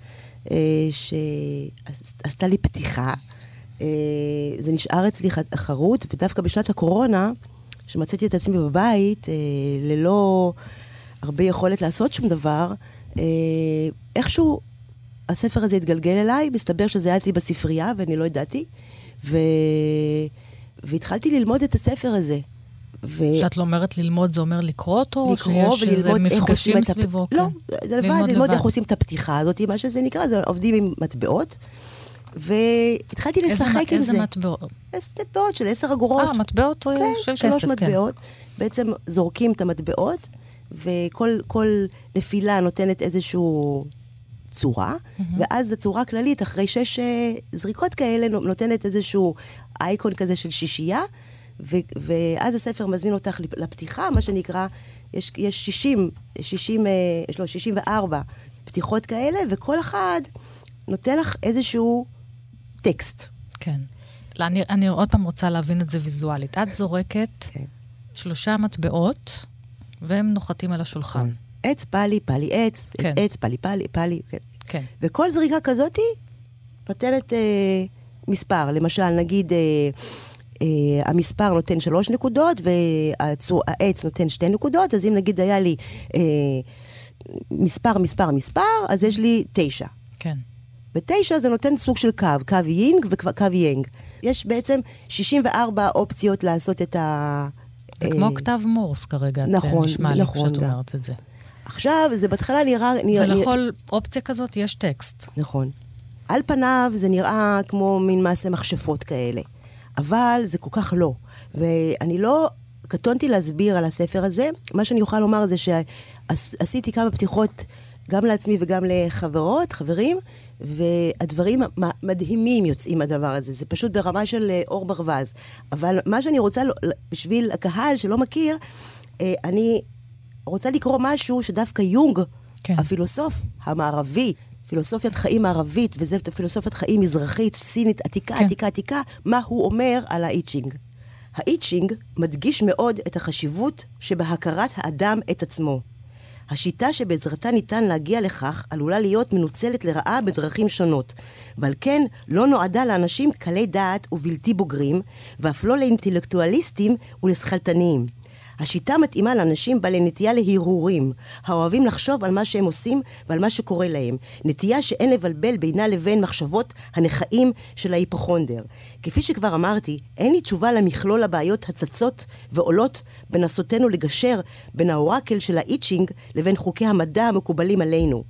שעשתה לי פתיחה. זה נשאר אצלי חרוט, ודווקא בשנת הקורונה, שמצאתי את עצמי בבית, ללא הרבה יכולת לעשות שום דבר, איכשהו הספר הזה התגלגל אליי, מסתבר שזה היה אצלי בספרייה, ואני לא ידעתי, והתחלתי ללמוד את הספר הזה. כשאת לא אומרת ללמוד, זה אומר לקרוא אותו? לקרוא וללמוד איך עושים את סביבו? לא, זה לבד, ללמוד איך עושים את הפתיחה הזאת, מה שזה נקרא, זה עובדים עם מטבעות, והתחלתי לשחק עם זה. איזה מטבעות? מטבעות של 10 אגורות. מטבעות של כסף, כן. 3 מטבעות. בעצם זורקים את המטבעות, וכל נפילה נותנת איזשהו צורה, ואז הצורה הכללית, אחרי 6 זריקות כאלה, נותנת איזשהו אייקון כזה של שישייה, ואז הספר מזמין אותך לפתיחה, מה שנקרא, יש 64 פתיחות כאלה, וכל אחד נותן לך איזשהו טקסט. כן. אני עוד פעם רוצה להבין את זה ויזואלית. את זורקת 3 מטבעות, והם נוחתים על השולחן. עץ, פלי, פלי, עץ, עץ, פלי, פלי, פלי. כן. וכל זריקה כזאת נותנת מספר. למשל, נגיד, המספר נותן 3 נקודות, והעץ נותן 2 נקודות, אז אם נגיד היה לי מספר, אז יש לי 9. כן. ו9 זה נותן סוג של קו יינג וקו יאנג. יש בעצם 64 אופציות לעשות את ה... זה כמו כתב מורס כרגע, נכון, נשמע לי כשאת אומרת את זה. עכשיו, זה בהתחלה נראה... ולכל אופציה כזאת יש טקסט. נכון. על פניו זה נראה כמו מין מעשה מכשפות כאלה. אבל זה כל כך לא. ואני לא קטונתי להסביר על הספר הזה. מה שאני אוכל לומר זה שעשיתי כמה פתיחות גם לעצמי וגם חברים, והדברים מדהימים יוצאים מהדבר הזה. זה פשוט ברמה של אור ברווז. אבל מה שאני רוצה, בשביל הקהל שלא מכיר, אני רוצה לקרוא משהו שדווקא יונג, כן. הפילוסוף המערבי, פילוסופיית חיים מערבית, וזה פילוסופיית חיים מזרחית, סינית, עתיקה, כן. עתיקה, מה הוא אומר על האיצ'ינג. האיצ'ינג מדגיש מאוד את החשיבות שבהכרת האדם את עצמו. השיטה שבעזרתה ניתן להגיע לכך עלולה להיות מנוצלת לרעה בדרכים שונות, ועל כן לא נועדה לאנשים קלי דעת ובלתי בוגרים, ואף לא לאינטלקטואליסטים ולשכלתניים. השיטה מתאימה לאנשים בעלי נטייה להרהורים, האוהבים לחשוב על מה שהם עושים ועל מה שקורה להם, נטייה שאין לבלבל בינה לבין מחשבות הנחאים של ההיפוכונדר. כפי שכבר אמרתי, אין לי תשובה למכלול הבעיות הצצות ועולות בנסותינו לגשר בין האורקל של האיצ'ינג לבין חוקי המדע המקובלים עלינו.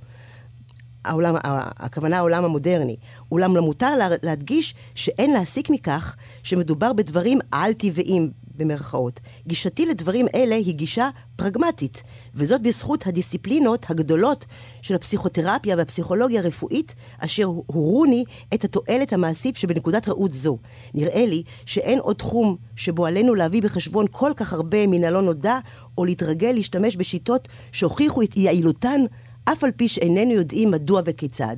הכוונה העולם המודרני. אולם למותר להדגיש שאין להסיק מכך שמדובר בדברים על-טבעיים במרכאות. גישתי לדברים אלה היא גישה פרגמטית, וזאת בזכות הדיסציפלינות הגדולות של הפסיכותרפיה והפסיכולוגיה הרפואית, אשר הורוני את התועלת המעשית שבנקודת ראות זו. נראה לי שאין עוד תחום שבו עלינו להביא בחשבון כל כך הרבה מן הלא נודע, או להתרגל להשתמש בשיטות שהוכיחו את יעילותן, אף על פי שאיננו יודעים מדוע וכיצד.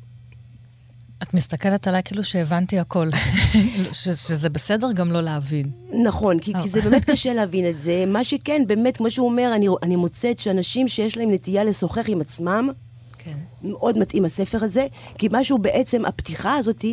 את מסתכלת עליי כאילו שהבנתי הכל, שזה בסדר גם לא להבין. נכון, כי זה באמת קשה להבין את זה. מה שכן, באמת, כמו שהוא אומר, אני מוצאת שאנשים שיש להם נטייה לשוחח עם עצמם, כן. מאוד מתאים הספר הזה, כי משהו בעצם, הפתיחה הזאת,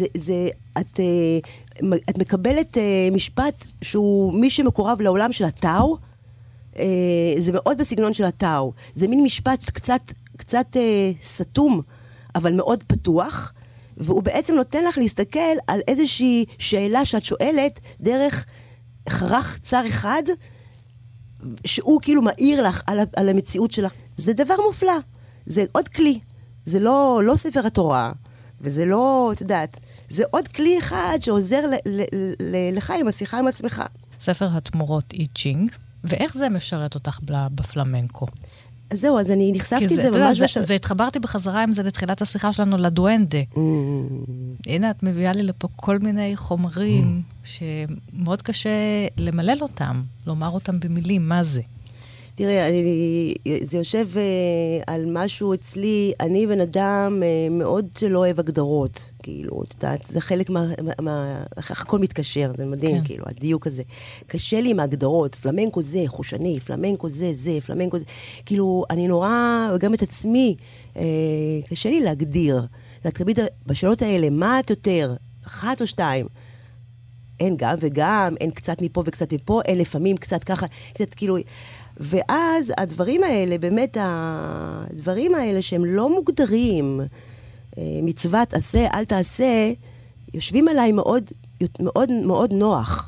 את מקבלת משפט שהוא מי שמקורב לעולם של הטאו, זה מאוד בסגנון של הטאו. זה מין משפט קצת סתום, אבל מאוד פתוח, והוא בעצם נותן לך להסתכל על איזושהי שאלה שאת שואלת דרך חרך צר אחד, שהוא כאילו מאיר לך על המציאות שלך. זה דבר מופלא. זה עוד כלי. זה לא ספר התורה, וזה לא, את יודעת, זה עוד כלי אחד שעוזר לך עם השיחה עם עצמך. ספר התמורות איצ'ינג, ואיך זה משרת אותך בפלמנקו? אז זהו, אז אני נחשפתי את זה ממש... זה התחברתי בחזרה עם זה לתחילת השיחה שלנו לדואנדה. הנה, את מביאה לי לפה כל מיני חומרים שמאוד קשה למלל אותם, לומר אותם במילים, מה זה? תראה, זה יושב על משהו אצלי, אני בן אדם מאוד שלא אוהב הגדרות, כאילו, את יודעת, זה חלק הכל מתקשר, זה מדהים, כאילו, הדיוק הזה. קשה לי עם ההגדרות, פלמנקו זה, חושני, פלמנקו זה, פלמנקו זה, כאילו, אני נורא, וגם את עצמי, קשה לי להגדיר. את תמיד בשאלות האלה, מה את יותר? 1 או 2? אין גם וגם, אין קצת מפה וקצת מפה, אין לפעמים קצת ככה, קצת כאילו... ואז הדברים האלה, באמת הדברים האלה שהם לא מוגדרים, מצוות עשה, אל תעשה, יושבים עליי מאוד, מאוד, מאוד נוח.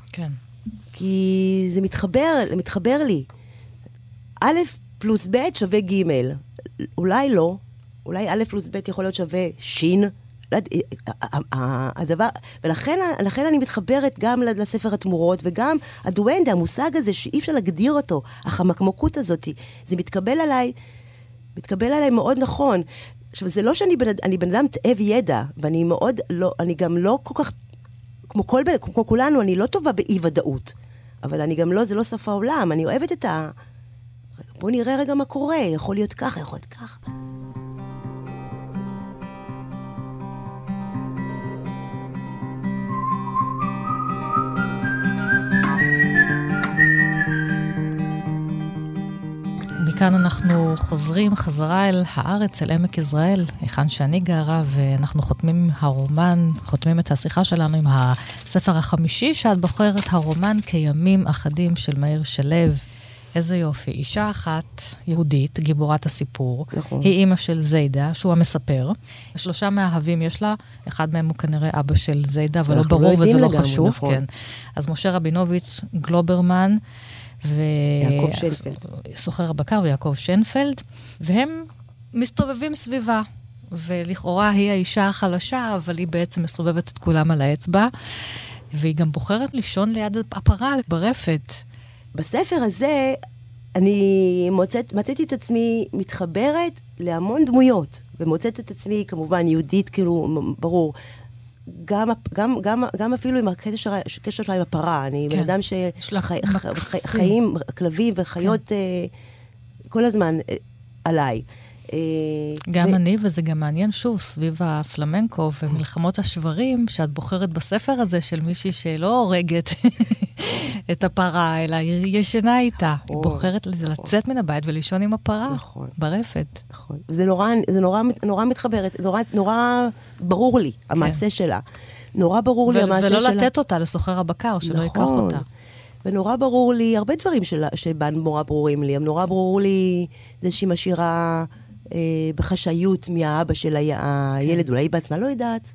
כן. כי זה מתחבר לי. א' פלוס ב' שווה ג'. אולי לא. אולי א' פלוס ב' יכול להיות שווה שין. הדבר, ולכן אני מתחברת גם לספר התמורות, וגם הדואנדה, המושג הזה שאי אפשר להגדיר אותו, החמקמקות הזאת, זה מתקבל עליי מאוד נכון. עכשיו, זה לא שאני בן אדם תאב ידע, ואני מאוד לא, אני גם לא כל כך, כמו כולנו, אני לא טובה באי-ודאות, אבל אני גם לא, זה לא סף העולם, אני אוהבת את בוא נראה רגע מה קורה, יכול להיות ככה, יכול להיות ככה. מכאן אנחנו חוזרים חזרה אל הארץ, אל עמק יזרעאל, היכן שאני גרה, ואנחנו חותמים את השיחה שלנו עם הספר החמישי, שאת בוחרת הרומן כימים אחדים של מאיר שלו. איזה יופי. אישה אחת יהודית, גיבורת הסיפור, נכון. היא אימא של זיידה, שהוא המספר. 3 מאהבים יש לה, אחד מהם הוא כנראה אבא של זיידה, אבל לא ברור וזה לא חשוב. נכון. כן. אז משה רבינוביץ', גלוברמן, יעקב שנפלד. סוחר הבקר ויעקב שנפלד, והם מסתובבים סביבה, ולכאורה היא האישה החלשה, אבל היא בעצם מסובבת את כולם על האצבע, והיא גם בוחרת לישון ליד הפרה ברפת. בספר הזה אני מצאתי את עצמי מתחברת להמון דמויות, ומוצאת את עצמי כמובן יהודית, כאילו ברור, גם אפילו עם הקשר שלה עם הפרה, אני בן אדם שחיים, כלבים וחיות כל הזמן עליי. גם אני, וזה גם מעניין שוב, סביב הפלמנקו ומלחמות השברים, שאת בוחרת בספר הזה של מישהי שלא הורגת את הפרה, אלא היא ישנה איתה. היא בוחרת לצאת מן הבית ולישון עם הפרה ברפת. נכון. זה נורא מתחברת, נורא ברור לי, המעשה שלה. נורא ברור לי המעשה שלה. ולא לתת אותה לסוחר הבקר, שלא ייקח אותה. ונורא ברור לי, הרבה דברים שבן נורא ברורים לי. נורא ברור לי זה שהיא משאירה בחשאיות מהאבא של הילד, אולי היא בעצמה לא יודעת.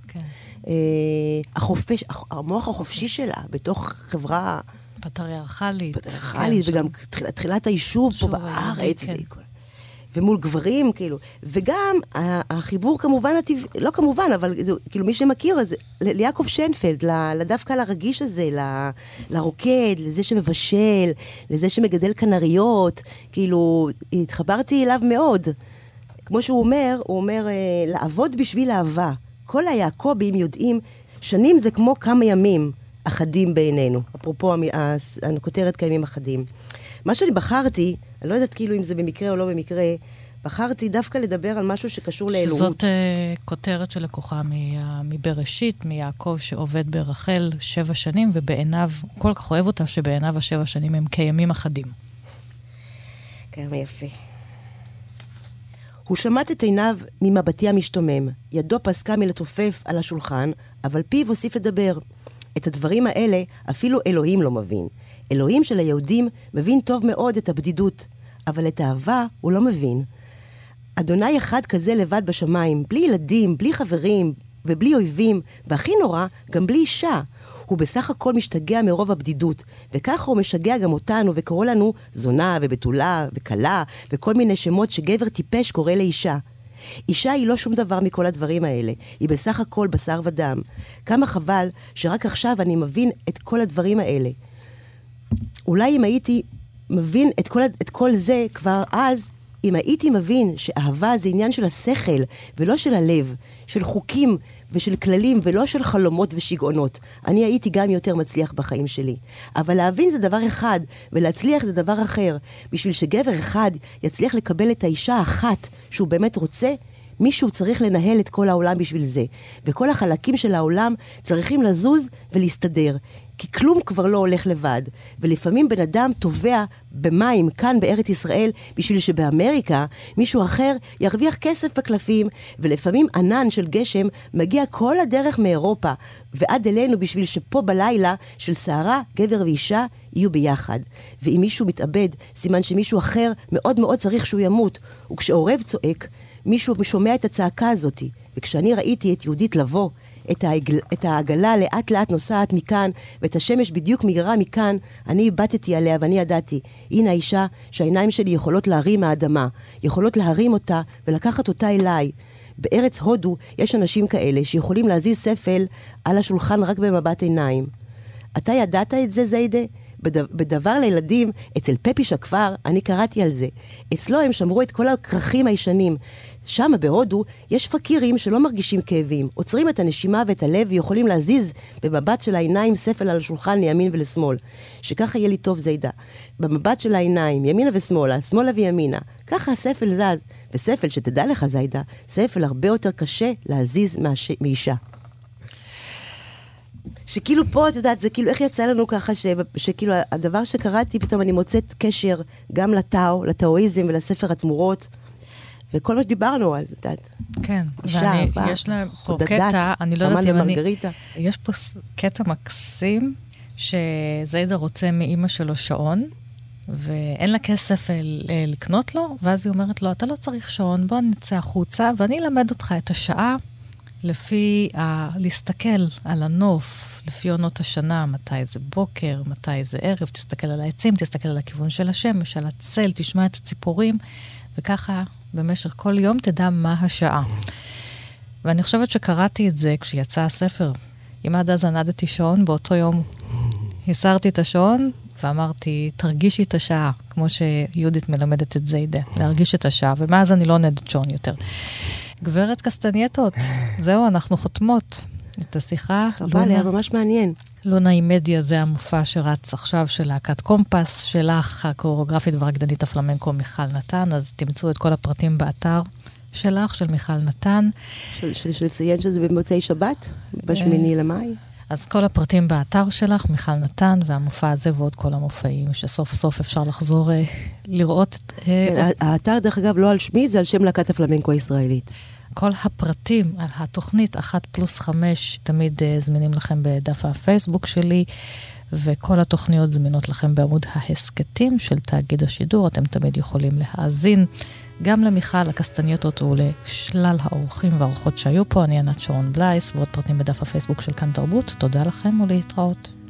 המוח החופשי שלה, בתוך חברה פטריארכלית. וגם תחילת היישוב פה בארץ. ומול גברים, כאילו. וגם החיבור כמובן, לא כמובן, אבל כאילו מי שמכיר, ליעקב שנפלד, דווקא לרגיש הזה, לרוקד, לזה שמבשל, לזה שמגדל כנריות, כאילו, התחברתי אליו מאוד. כמו שהוא אומר, לעבוד בשביל אהבה. כל היעקבים יודעים, שנים זה כמו כמה ימים אחדים בעינינו. אפרופו הכותרת כימים אחדים. מה שאני בחרתי, אני לא יודעת כאילו אם זה במקרה או לא במקרה, בחרתי דווקא לדבר על משהו שקשור לאלוהות. זאת כותרת שלקוחה מבראשית, מיעקב שעובד ברחל 7 שנים, ובעיניו, הוא כל כך אוהב אותה שבעיניו 7 שנים הם כימים אחדים. כמה יפה. הוא שמט את עיניו ממבטי המשתומם. ידו פסקה מלתופף על השולחן, אבל פיו הוסיף לדבר. את הדברים האלה אפילו אלוהים לא מבין. אלוהים של היהודים מבין טוב מאוד את הבדידות, אבל את האהבה הוא לא מבין. אדוני אחד כזה לבד בשמיים, בלי ילדים, בלי חברים ובלי אויבים, והכי נורא, גם בלי אישה. הוא בסך הכל משתגע מרוב הבדידות, וככה הוא משגע גם אותנו וקורא לנו זונה ובתולה וקלה וכל מיני שמות שגבר טיפש קורא לאישה. אישה היא לא שום דבר מכל הדברים האלה, היא בסך הכל בשר ודם. כמה חבל שרק עכשיו אני מבין את כל הדברים האלה. אולי אם הייתי מבין את כל זה כבר אז, אם הייתי מבין שאהבה זה עניין של השכל ולא של הלב, של חוקים ושל כללים ולא של חלומות ושגעונות, אני הייתי גם יותר מצליח בחיים שלי. אבל להבין זה דבר אחד ולהצליח זה דבר אחר. בשביל שגבר אחד יצליח לקבל את האישה האחת שהוא באמת רוצה, מישהו צריך לנהל את כל העולם בשביל זה. וכל החלקים של העולם צריכים לזוז ולהסתדר. כי כלום כבר לא הולך לבד. ולפעמים בן אדם טובע במים כאן בארץ ישראל, בשביל שבאמריקה מישהו אחר ירוויח כסף בקלפים, ולפעמים ענן של גשם מגיע כל הדרך מאירופה, ועד אלינו בשביל שפה בלילה של סערה, גבר ואישה יהיו ביחד. ואם מישהו מתאבד, סימן שמישהו אחר מאוד מאוד צריך שהוא ימות. וכשעורב צועק, מישהו שומע את הצעקה הזאת. וכשאני ראיתי את יהודית לבוא, את העגלה לאט לאט נוסעת מכאן, ואת השמש בדיוק מהירה מכאן, אני הבטתי עליה ואני ידעתי, הנה האישה שהעיניים שלי יכולות להרים מהאדמה, יכולות להרים אותה ולקחת אותה אליי. בארץ הודו יש אנשים כאלה שיכולים להזיז ספל על השולחן רק במבט עיניים. אתה ידעת את זה, זיידה? בדבר לילדים, אצל פפיש הכפר, אני קראתי על זה. אצלו הם שמרו את כל הכרכים הישנים. שם בהודו יש פקירים שלא מרגישים כאבים, עוצרים את הנשימה ואת הלב ויכולים להזיז במבט של העיניים ספל על השולחן לימין ולשמאל. שככה יהיה לי טוב, זיידה. במבט של העיניים, ימינה ושמאלה, שמאלה וימינה. ככה הספל זז. וספל, שתדע לך, זיידה, ספל הרבה יותר קשה להזיז מאישה. שכאילו פה, את יודעת, זה כאילו, איך יצא לנו ככה, שכאילו הדבר שקראתי, פתאום אני מוצאת קשר גם לטאואיזם ולספר התמורות, וכל מה שדיברנו על, את יודעת. כן, אישה, יש להם פה קטע, אני לא יודעת אם אני... יש פה קטע מקסים, שזיידה רוצה מאמא שלו שעון, ואין לה כסף לקנות לו, ואז היא אומרת לו, אתה לא צריך שעון, בוא נצא החוצה, ואני אלמד אותך את השעה, לפי להסתכל על הנוף, לפי עונות השנה, מתי זה בוקר, מתי זה ערב, תסתכל על העצים, תסתכל על הכיוון של השמש, על הצל, תשמע את הציפורים, וככה במשך כל יום תדע מה השעה. ואני חושבת שקראתי את זה כשיצא הספר. אם עד אז ענדתי שעון, באותו יום הסרתי את השעון, ואמרתי, תרגישי את השעה, כמו שיהודית מלמדת את זיידה, להרגיש את השעה, ומאז אני לא עונדת שעון יותר. גברת קסטנייטות, זהו, אנחנו חותמות את השיחה. אבל היה ממש מעניין. לונה היא מדיה, זה המופע שרץ עכשיו של להקת קומפס, שלך, הקוריאוגרפית והרקדנית הפלמנקו מיכל נתן, אז תמצאו את כל הפרטים באתר שלך, של מיכל נתן. שלציין שזה במוצאי שבת, בשמיני למאי. אז כל הפרטים באתר שלך, מיכל נתן, והמופע הזה ועוד כל המופעים, שסוף סוף אפשר לחזור לראות. האתר, דרך אגב, לא על שמי, זה על שם להקת הפלמנקו הישראלית. כל הפרטים על התוכנית 1+5 תמיד זמינים לכם בדף הפייסבוק שלי, וכל התוכניות זמינות לכם בעמוד ההסקטים של תאגיד השידור. אתם תמיד יכולים להאזין גם למיכל, לקסטנייטות ולשלל האורחים והאורחות שהיו פה. אני ענת שרון בלייס, ועוד פרטים בדף הפייסבוק של כאן תרבות. תודה לכם ולהתראות.